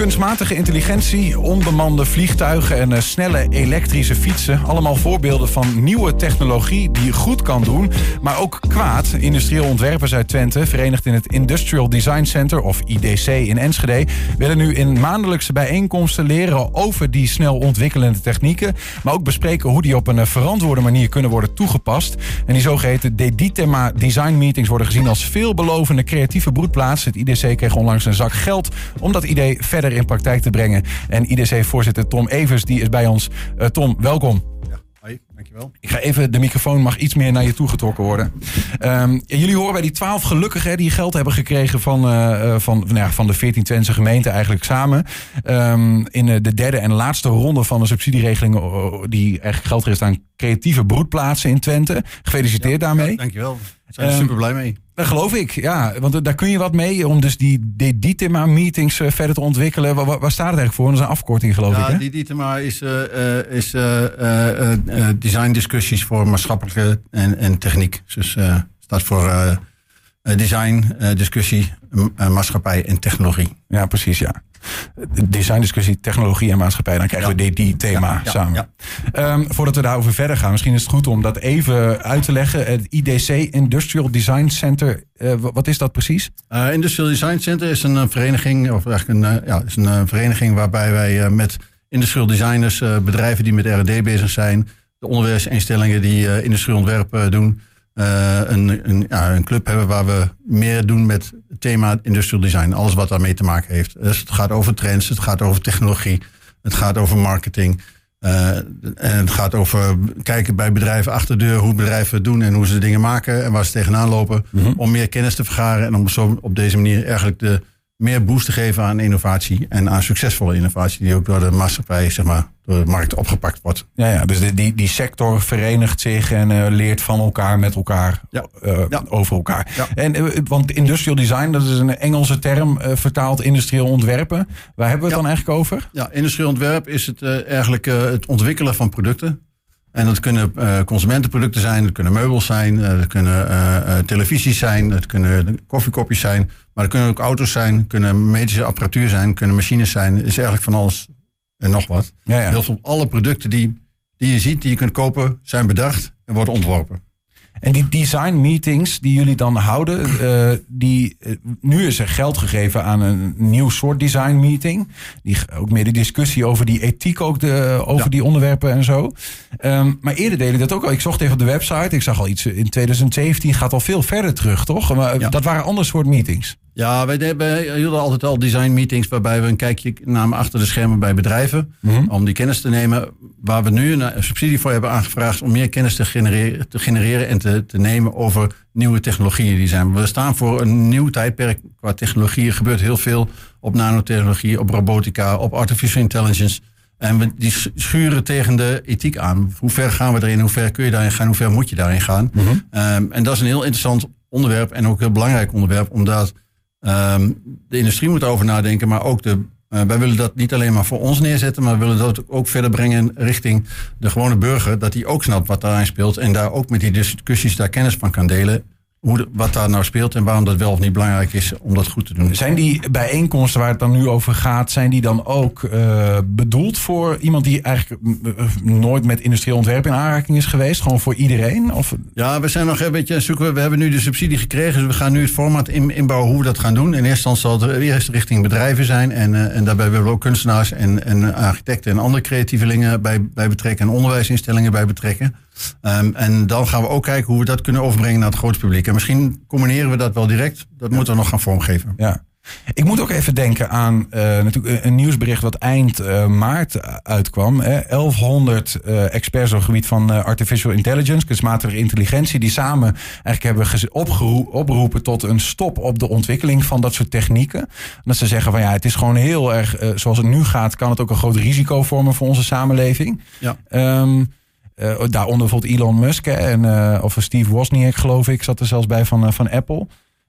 Kunstmatige intelligentie, onbemande vliegtuigen en snelle elektrische fietsen. Allemaal voorbeelden van nieuwe technologie die goed kan doen, maar ook kwaad. Industrieel ontwerpers uit Twente, verenigd in het Industrial Design Center, of IDC in Enschede, willen nu in maandelijkse bijeenkomsten leren over die snel ontwikkelende technieken, maar ook bespreken hoe die op een verantwoorde manier kunnen worden toegepast. En die zogeheten Deditema Design Meetings worden gezien als veelbelovende creatieve broedplaats. Het IDC kreeg onlangs een zak geld om dat idee verder in praktijk te brengen. En IDC-voorzitter Tom Evers, die is bij ons. Tom, welkom. Ja, hoi, dankjewel. Ik ga even, de microfoon mag iets meer naar je toe getrokken worden. Jullie horen bij die 12 gelukkigen die geld hebben gekregen van de 14 Twentse gemeenten eigenlijk samen. In de derde en laatste ronde van de subsidieregeling die eigenlijk geld geeft aan creatieve broedplaatsen in Twente. Gefeliciteerd daarmee. Ja, dankjewel. We zijn er super blij mee. Dat geloof ik, ja. Want daar kun je wat mee om dus die Deditema-meetings verder te ontwikkelen. Waar staat het eigenlijk voor? Dat is een afkorting, geloof ik, hè? Deditema is design-discussies voor maatschappelijke en techniek. Dus staat voor design, discussie, maatschappij en technologie. Ja, precies, ja. Design-discussie, technologie en maatschappij. Dan krijgen we die thema samen. Ja. Voordat we daarover verder gaan, misschien is het goed om dat even uit te leggen. Het IDC, Industrial Design Center, wat is dat precies? Industrial Design Center is een vereniging, of eigenlijk een vereniging waarbij wij met industrial designers, bedrijven die met R&D bezig zijn, de onderwijsinstellingen die industrieel ontwerp doen, een club hebben waar we meer doen met het thema industrial design. Alles wat daarmee te maken heeft. Dus het gaat over trends, het gaat over technologie, het gaat over marketing. En het gaat over kijken bij bedrijven achter de deur hoe bedrijven het doen en hoe ze dingen maken en waar ze tegenaan lopen. Mm-hmm. Om meer kennis te vergaren en om zo op deze manier eigenlijk meer boost te geven aan innovatie en aan succesvolle innovatie die ook door de maatschappij, zeg maar, door de markt opgepakt wordt. Ja, dus die sector verenigt zich en leert van elkaar, met elkaar, over elkaar. Ja. Want industrial design, dat is een Engelse term, vertaald industrieel ontwerpen. Waar hebben we het dan eigenlijk over? Ja, industrieel ontwerp is het eigenlijk het ontwikkelen van producten. En dat kunnen consumentenproducten zijn, dat kunnen meubels zijn, dat kunnen televisies zijn, dat kunnen koffiekopjes zijn. Maar dat kunnen ook auto's zijn, kunnen medische apparatuur zijn, kunnen machines zijn. Het is eigenlijk van alles en nog wat. Ja. Heel veel alle producten die je ziet, die je kunt kopen, zijn bedacht en worden ontworpen. En die design meetings die jullie dan houden, nu is er geld gegeven aan een nieuw soort design meeting. Ook meer de discussie over die ethiek, ook over die onderwerpen en zo. Maar eerder deden dat ook al. Ik zocht even op de website, ik zag al iets in 2017, gaat al veel verder terug, toch? Maar dat waren ander soort meetings. Ja, wij hielden altijd al design meetings waarbij we een kijkje namen achter de schermen bij bedrijven. Mm-hmm. Om die kennis te nemen. Waar we nu een subsidie voor hebben aangevraagd om meer kennis te genereren en te nemen over nieuwe technologieën die zijn. We staan voor een nieuw tijdperk qua technologieën. Er gebeurt heel veel op nanotechnologie, op robotica, op artificial intelligence. En die schuren tegen de ethiek aan. Hoe ver gaan we erin? Hoe ver kun je daarin gaan? Hoe ver moet je daarin gaan? Mm-hmm. En dat is een heel interessant onderwerp en ook een heel belangrijk onderwerp, omdat de industrie moet over nadenken, maar ook wij willen dat niet alleen maar voor ons neerzetten, maar we willen dat ook verder brengen richting de gewone burger, dat die ook snapt wat daarin speelt en daar ook met die discussies daar kennis van kan delen. Wat daar nou speelt en waarom dat wel of niet belangrijk is om dat goed te doen. Zijn die bijeenkomsten waar het dan nu over gaat, zijn die dan ook bedoeld voor iemand die eigenlijk nooit met industrieel ontwerp in aanraking is geweest? Gewoon voor iedereen? Of? Ja, we zijn nog een beetje zoeken. We hebben nu de subsidie gekregen, dus we gaan nu het format inbouwen hoe we dat gaan doen. In eerste instantie zal het eerst richting bedrijven zijn en daarbij willen we ook kunstenaars en architecten en andere creatievelingen bij betrekken en onderwijsinstellingen bij betrekken. En dan gaan we ook kijken hoe we dat kunnen overbrengen naar het grote publiek. En misschien combineren we dat wel direct. Dat moeten we nog gaan vormgeven. Ja. Ik moet ook even denken aan natuurlijk een nieuwsbericht wat eind maart uitkwam. 1100 experts op het gebied van artificial intelligence, kunstmatige intelligentie, die samen eigenlijk hebben opgeroepen tot een stop op de ontwikkeling van dat soort technieken. Dat ze zeggen van ja, het is gewoon heel erg, zoals het nu gaat, kan het ook een groot risico vormen voor onze samenleving. Ja. Daaronder bijvoorbeeld Elon Musk of Steve Wozniak, geloof ik, zat er zelfs bij van Apple.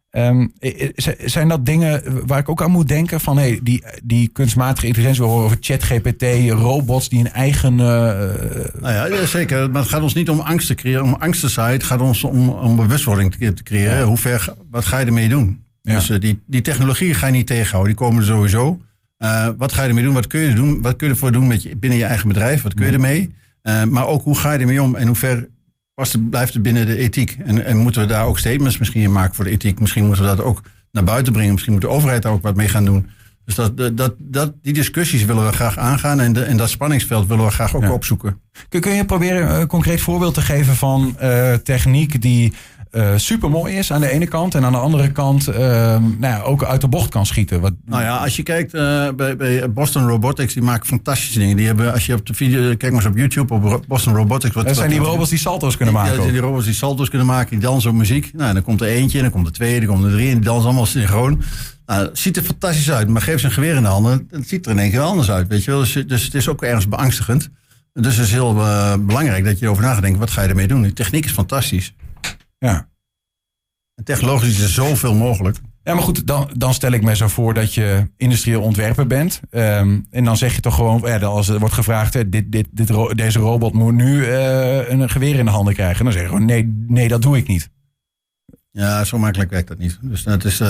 Zijn dat dingen waar ik ook aan moet denken? Van die kunstmatige intelligentie, we horen over ChatGPT, robots die een eigen... Ja, zeker. Maar het gaat ons niet om angst te creëren, om angst te zaaien. Het gaat ons om bewustwording te creëren. Ja. Wat ga je ermee doen? Ja. Dus die technologieën ga je niet tegenhouden. Die komen er sowieso. Wat ga je ermee doen? Wat kun je doen? Wat kun je ervoor doen binnen je eigen bedrijf? Wat kun je ermee? Maar ook hoe ga je ermee om? En hoe ver blijft het binnen de ethiek? En moeten we daar ook statements misschien in maken voor de ethiek? Misschien moeten we dat ook naar buiten brengen. Misschien moet de overheid daar ook wat mee gaan doen. Dus die discussies willen we graag aangaan. En dat spanningsveld willen we graag ook opzoeken. Kun je proberen een concreet voorbeeld te geven van techniek die super mooi is aan de ene kant. En aan de andere kant ook uit de bocht kan schieten? Nou ja, als je kijkt bij Boston Robotics, die maken fantastische dingen. Die hebben, als je op de video, kijk maar eens op YouTube op Boston Robotics. Dat zijn die robots die salto's kunnen maken. Dat zijn die robots die salto's kunnen maken, die dansen op muziek. Nou, dan komt er eentje, dan komt er twee, dan komt er drie. En die dansen allemaal synchroon. Nou, het ziet er fantastisch uit, maar geef ze een geweer in de handen, het ziet er in één keer anders uit, weet je wel. Dus het is ook ergens beangstigend. Dus het is heel belangrijk dat je erover na gaat denken, wat ga je ermee doen? Die techniek is fantastisch. Ja. En technologisch is er zoveel mogelijk. Ja, maar goed, dan stel ik me zo voor dat je industrieel ontwerper bent. En dan zeg je toch gewoon, als er wordt gevraagd, deze robot moet nu een geweer in de handen krijgen. Dan zeg je gewoon, nee, dat doe ik niet. Ja, zo makkelijk werkt dat niet. Dus dat is...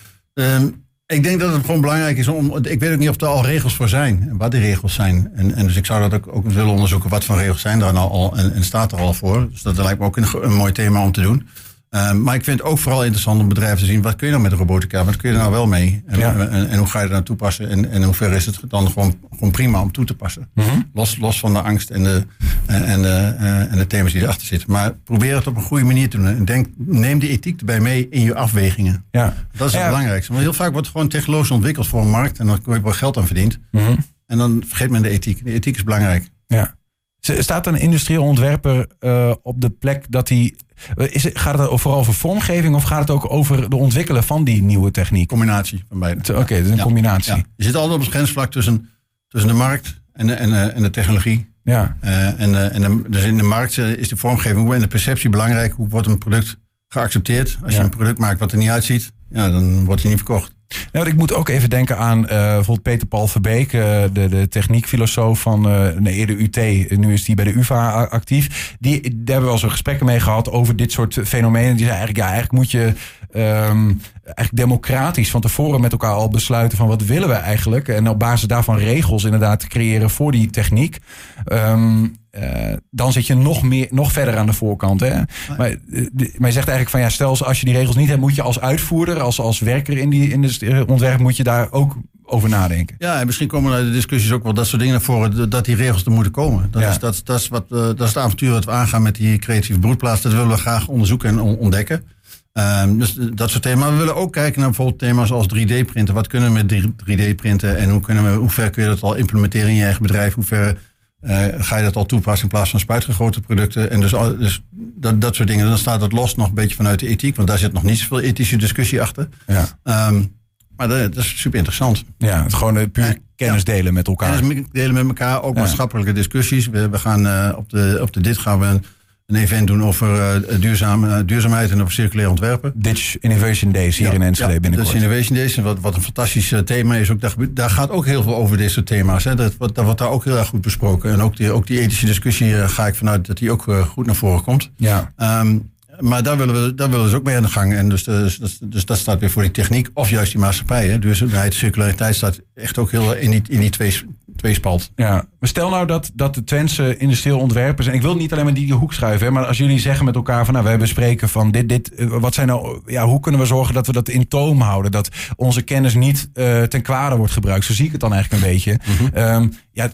ik denk dat het gewoon belangrijk is om... Ik weet ook niet of er al regels voor zijn. En wat die regels zijn. En dus ik zou dat ook willen onderzoeken. Wat voor regels zijn daar nou al en staat er al voor. Dus dat lijkt me ook een mooi thema om te doen. Maar ik vind het ook vooral interessant om bedrijven te zien. Wat kun je nou met robotica? Wat kun je er nou wel mee? En hoe ga je er nou toepassen? En in hoeverre is het dan gewoon prima om toe te passen? Mm-hmm. Los van de angst en de thema's die erachter zitten. Maar probeer het op een goede manier te doen. En neem die ethiek erbij mee in je afwegingen. Ja. Dat is het belangrijkste. Want heel vaak wordt gewoon technologisch ontwikkeld voor een markt. En dan word je wel geld aan verdiend. Mm-hmm. En dan vergeet men de ethiek. De ethiek is belangrijk. Ja. Staat een industrieel ontwerper op de plek dat hij... Gaat het vooral over vormgeving of gaat het ook over de ontwikkelen van die nieuwe techniek? Combinatie van beide. Oké, dus een combinatie. Ja. Je zit altijd op het grensvlak tussen de markt en de technologie. Ja. Dus in de markt is de vormgeving en de perceptie belangrijk. Hoe wordt een product geaccepteerd? Als je een product maakt wat er niet uitziet, dan wordt hij niet verkocht. Nou, ik moet ook even denken aan bijvoorbeeld Peter Paul Verbeek, de techniekfilosoof van eerder UT. Nu is hij bij de UvA actief. Daar hebben we al zo gesprekken mee gehad over dit soort fenomenen. Die zei eigenlijk moet je eigenlijk democratisch van tevoren met elkaar al besluiten van wat willen we eigenlijk. En op basis daarvan regels inderdaad creëren voor die techniek. Dan zit je nog verder aan de voorkant. Hè? Maar je zegt eigenlijk van stel als je die regels niet hebt, moet je als uitvoerder, als werker in de ontwerp, moet je daar ook over nadenken. Ja, en misschien komen uit de discussies ook wel dat soort dingen naar voren, dat die regels er moeten komen. Dat is het avontuur wat we aangaan met die creatieve broedplaats. Dat willen we graag onderzoeken en ontdekken. Dus dat soort thema's. Maar we willen ook kijken naar bijvoorbeeld thema's als 3D-printen. Wat kunnen we met 3D-printen en hoe ver kun je dat al implementeren in je eigen bedrijf? Hoe ver ga je dat al toepassen in plaats van spuitgegoten producten? En dus dat soort dingen. Dan staat het los nog een beetje vanuit de ethiek, want daar zit nog niet zoveel ethische discussie achter. Ja. Maar dat is super interessant. Ja, het gewoon puur kennis delen met elkaar. Kennis delen met elkaar, ook maatschappelijke discussies. We gaan op de DIT gaan we een event doen over duurzaamheid en over circulair ontwerpen. Ditch Innovation Days hier in Enschede binnenkort. Ditch Innovation Days, wat een fantastisch thema is. Ook daar gaat ook heel veel over dit soort thema's. Hè. Dat wordt daar ook heel erg goed besproken. En ook die ethische discussie ga ik vanuit dat die ook goed naar voren komt. Ja. Maar daar willen we dus ook mee aan de gang. En dus dat staat weer voor die techniek of juist die maatschappij. Hè. Duurzaamheid, circulariteit staat echt ook heel in die tweespalt. Ja, maar stel nou dat de Twentse industrieel ontwerpers, en ik wil niet alleen maar die hoek schuiven, hè, maar als jullie zeggen met elkaar van we bespreken van dit, wat zijn nou, hoe kunnen we zorgen dat we dat in toom houden, dat onze kennis niet ten kwade wordt gebruikt. Zo zie ik het dan eigenlijk een beetje. Mm-hmm.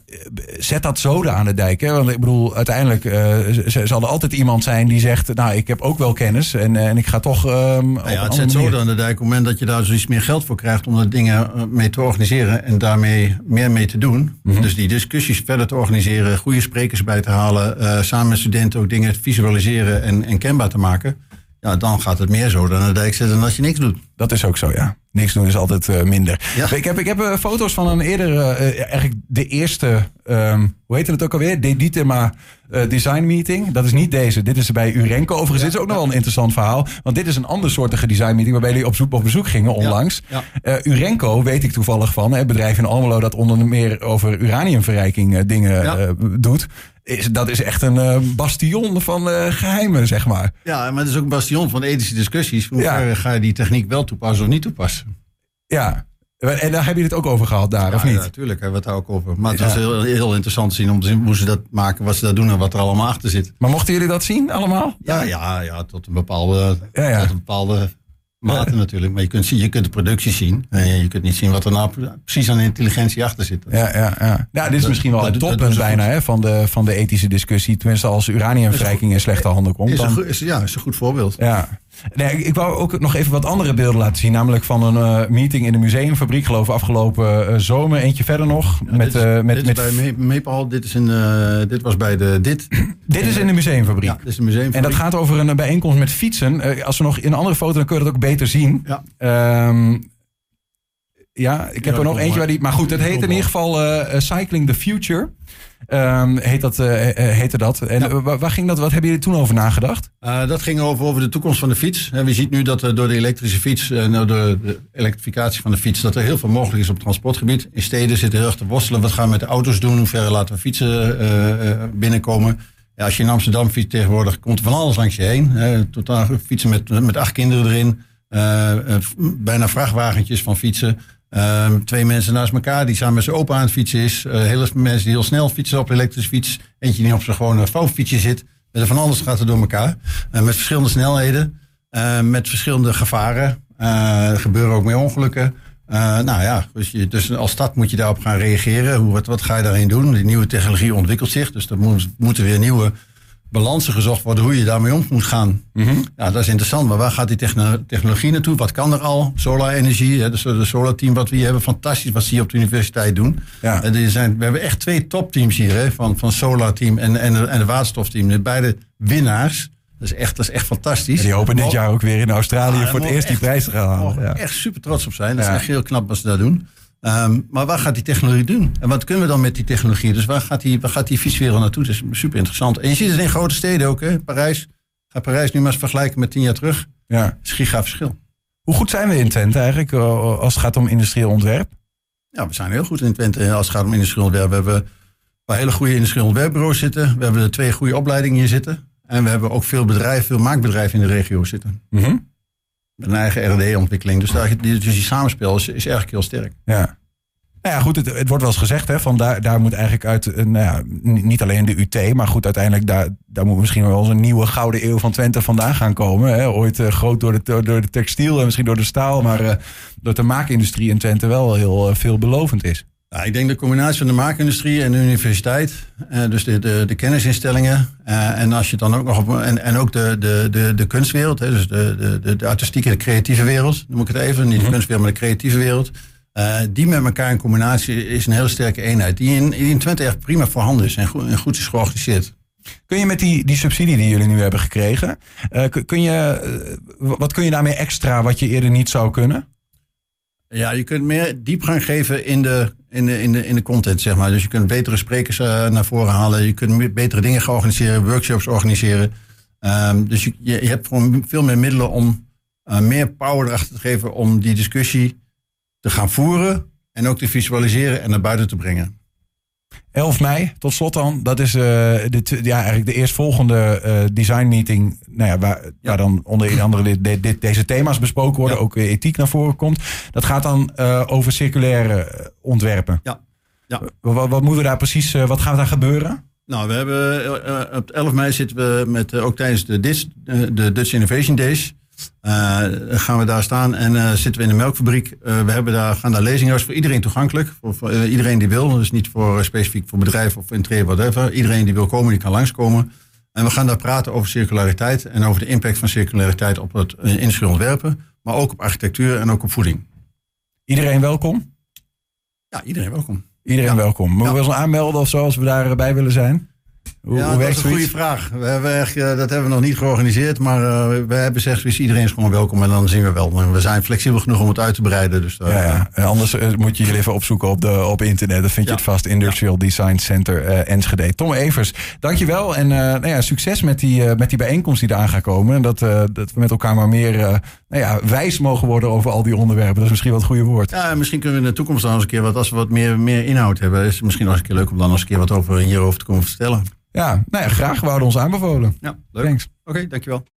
Zet dat zoden aan de dijk. Hè? Want ik bedoel, uiteindelijk zal er altijd iemand zijn die zegt, ik heb ook wel kennis en ik ga toch... het zet zoden aan de dijk op het moment dat je daar zoiets meer geld voor krijgt om er dingen mee te organiseren en daarmee meer mee te doen. Mm-hmm. Dus die discussies verder te organiseren, goede sprekers bij te halen, samen met studenten ook dingen te visualiseren en kenbaar te maken. Ja, dan gaat het meer zoden aan de dijk zetten dan als je niks doet. Dat is ook zo, ja. Niks doen is altijd minder. Ja. Ik heb foto's van een eerder, eigenlijk de eerste, hoe heette het ook alweer? Ditema design meeting. Dat is niet deze. Dit is bij Urenco. Overigens, dit is ook nog wel een interessant verhaal. Want dit is een andersoortige design meeting waarbij jullie op bezoek gingen onlangs. Ja. Urenco weet ik toevallig van. Het bedrijf in Almelo dat onder meer over uraniumverrijking dingen doet. Dat is echt een bastion van geheimen, zeg maar. Ja, maar het is ook een bastion van ethische discussies. Hoe ver ga je die techniek wel toepassen of niet toepassen? Ja. En daar heb je het ook over gehad daar, of niet? Ja, natuurlijk hebben we het daar ook over. Maar het was heel interessant te zien om te zien hoe ze dat maken, wat ze daar doen en wat er allemaal achter zit. Maar mochten jullie dat zien allemaal? Ja, tot een bepaalde mate natuurlijk. Maar je kunt de productie zien. Je kunt niet zien wat er nou precies aan intelligentie achter zit. Ja, dit is misschien wel het toppunt bijna van de ethische discussie. Tenminste, als uraniumverrijking in slechte handen komt. Is een goed voorbeeld. Ja. Nee, ik wou ook nog even wat andere beelden laten zien. Namelijk van een meeting in de museumfabriek, geloof ik, afgelopen zomer. Eentje verder nog. Ja, dit is bij Maple. Dit was bij de... Dit is in de museumfabriek. Ja, dit is de museumfabriek. En dat gaat over een bijeenkomst met fietsen. Als we nog in een andere foto, dan kun je dat ook beter zien. Ja. Ik heb er nog eentje waar die... Maar goed, het heet in ieder geval Cycling the Future. Heette dat. En waar ging dat? Wat hebben jullie toen over nagedacht? Dat ging over de toekomst van de fiets. We zien nu dat door de elektrische fiets, door de elektrificatie van de fiets, dat er heel veel mogelijk is op het transportgebied. In steden zitten heel erg te worstelen. Wat gaan we met de auto's doen? Hoe ver laten we fietsen binnenkomen? Ja, als je in Amsterdam fietst tegenwoordig, komt er van alles langs je heen. Totaal fietsen met 8 kinderen erin. Bijna vrachtwagentjes van fietsen. 2 mensen naast elkaar die samen met zijn opa aan het fietsen is. Hele mensen die heel snel fietsen op een elektrische fiets. Eentje die op zijn gewone vouwfietsje zit. Van alles gaat er door elkaar. Met verschillende snelheden. Met verschillende gevaren. Er gebeuren ook meer ongelukken. Dus als stad moet je daarop gaan reageren. Wat ga je daarin doen? Die nieuwe technologie ontwikkelt zich. Dus er moeten weer nieuwe balansen gezocht worden hoe je daarmee om moet gaan. Mm-hmm. Ja, dat is interessant. Maar waar gaat die technologie naartoe? Wat kan er al? Solarenergie, de solarteam wat we hier hebben. Fantastisch wat ze hier op de universiteit doen. Ja. We hebben echt 2 topteams hier. Van solarteam en de waterstofteam. Beide winnaars. Dat is echt fantastisch. En die hopen dit jaar ook weer in Australië voor het eerst die prijs te gaan halen. Ja. Echt super trots op zijn. Dat is echt heel knap wat ze daar doen. Maar waar gaat die technologie doen? En wat kunnen we dan met die technologie? Dus waar gaat die fietswereld naartoe? Dat is super interessant. En je ziet het in grote steden ook. Hè? Ga Parijs nu maar eens vergelijken met 10 jaar terug. Ja. Dat is een giga verschil. Hoe goed zijn we in Twente eigenlijk als het gaat om industrieel ontwerp? Ja, we zijn heel goed in Twente als het gaat om industrieel ontwerp. We hebben een paar hele goede industrieel ontwerpbureaus zitten. We hebben 2 goede opleidingen hier zitten. En we hebben ook veel maakbedrijven in de regio zitten. Mm-hmm. Met een eigen R&D-ontwikkeling. Dus die samenspel is eigenlijk heel sterk. Ja. Nou ja, goed, het wordt wel eens gezegd, hè, van daar moet eigenlijk uit, niet alleen de UT, maar goed, uiteindelijk daar moet misschien wel eens een nieuwe gouden eeuw van Twente vandaan gaan komen. Hè. Ooit groot door de textiel en misschien door de staal, maar dat de maakindustrie in Twente wel heel veelbelovend is. Ja, ik denk de combinatie van de maakindustrie en de universiteit, dus de kennisinstellingen, en als je dan ook nog en ook de kunstwereld, hè, dus de artistieke en de creatieve wereld, noem ik het even, niet de kunstwereld, maar de creatieve wereld, die met elkaar in combinatie is een hele sterke eenheid, die in Twente echt prima voorhanden is en goed is georganiseerd. Kun je met die subsidie die jullie nu hebben gekregen, wat kun je daarmee extra wat je eerder niet zou kunnen? Ja, je kunt meer diepgang geven in de content, zeg maar. Dus je kunt betere sprekers naar voren halen. Je kunt betere dingen gaan organiseren, workshops organiseren. Dus je hebt gewoon veel meer middelen om meer power erachter te geven om die discussie te gaan voeren en ook te visualiseren en naar buiten te brengen. 11 mei, tot slot dan. Dat is eigenlijk de eerstvolgende design meeting. Nou ja, waar dan onder andere deze thema's besproken worden. Ja. Ook ethiek naar voren komt. Dat gaat dan over circulaire ontwerpen. Ja. Wat moeten we daar precies, wat gaat daar gebeuren? Nou, we hebben op 11 mei zitten we met ook tijdens de Dutch Innovation Days. Gaan we daar staan en zitten we in de melkfabriek. Gaan daar lezingen, is voor iedereen toegankelijk. Voor iedereen die wil, dus niet specifiek voor bedrijven of interieur, whatever. Iedereen die wil komen, die kan langskomen. En we gaan daar praten over circulariteit en over de impact van circulariteit op het industrieel ontwerpen. Maar ook op architectuur en ook op voeding. Iedereen welkom? Ja, iedereen welkom. Iedereen welkom. Moeten we ons aanmelden of zo als we daarbij willen zijn? Dat is een goede vraag. Dat hebben we nog niet georganiseerd. Maar we hebben gezegd, iedereen is gewoon welkom. En dan zien we wel. We zijn flexibel genoeg om het uit te breiden. Dus, En anders moet je jullie even opzoeken op internet. Dan vind je het vast. Industrial Design Center Enschede. Tom Evers, dankjewel. En succes met die bijeenkomst die eraan gaat komen. En dat we met elkaar maar meer wijs mogen worden over al die onderwerpen. Dat is misschien wel het goede woord. Ja, misschien kunnen we in de toekomst dan eens een keer als we wat meer inhoud hebben. Is het misschien nog eens een keer leuk om dan eens een keer wat hierover te komen vertellen. Ja, graag. We houden ons aanbevolen. Ja, leuk. Thanks. Oké, dankjewel.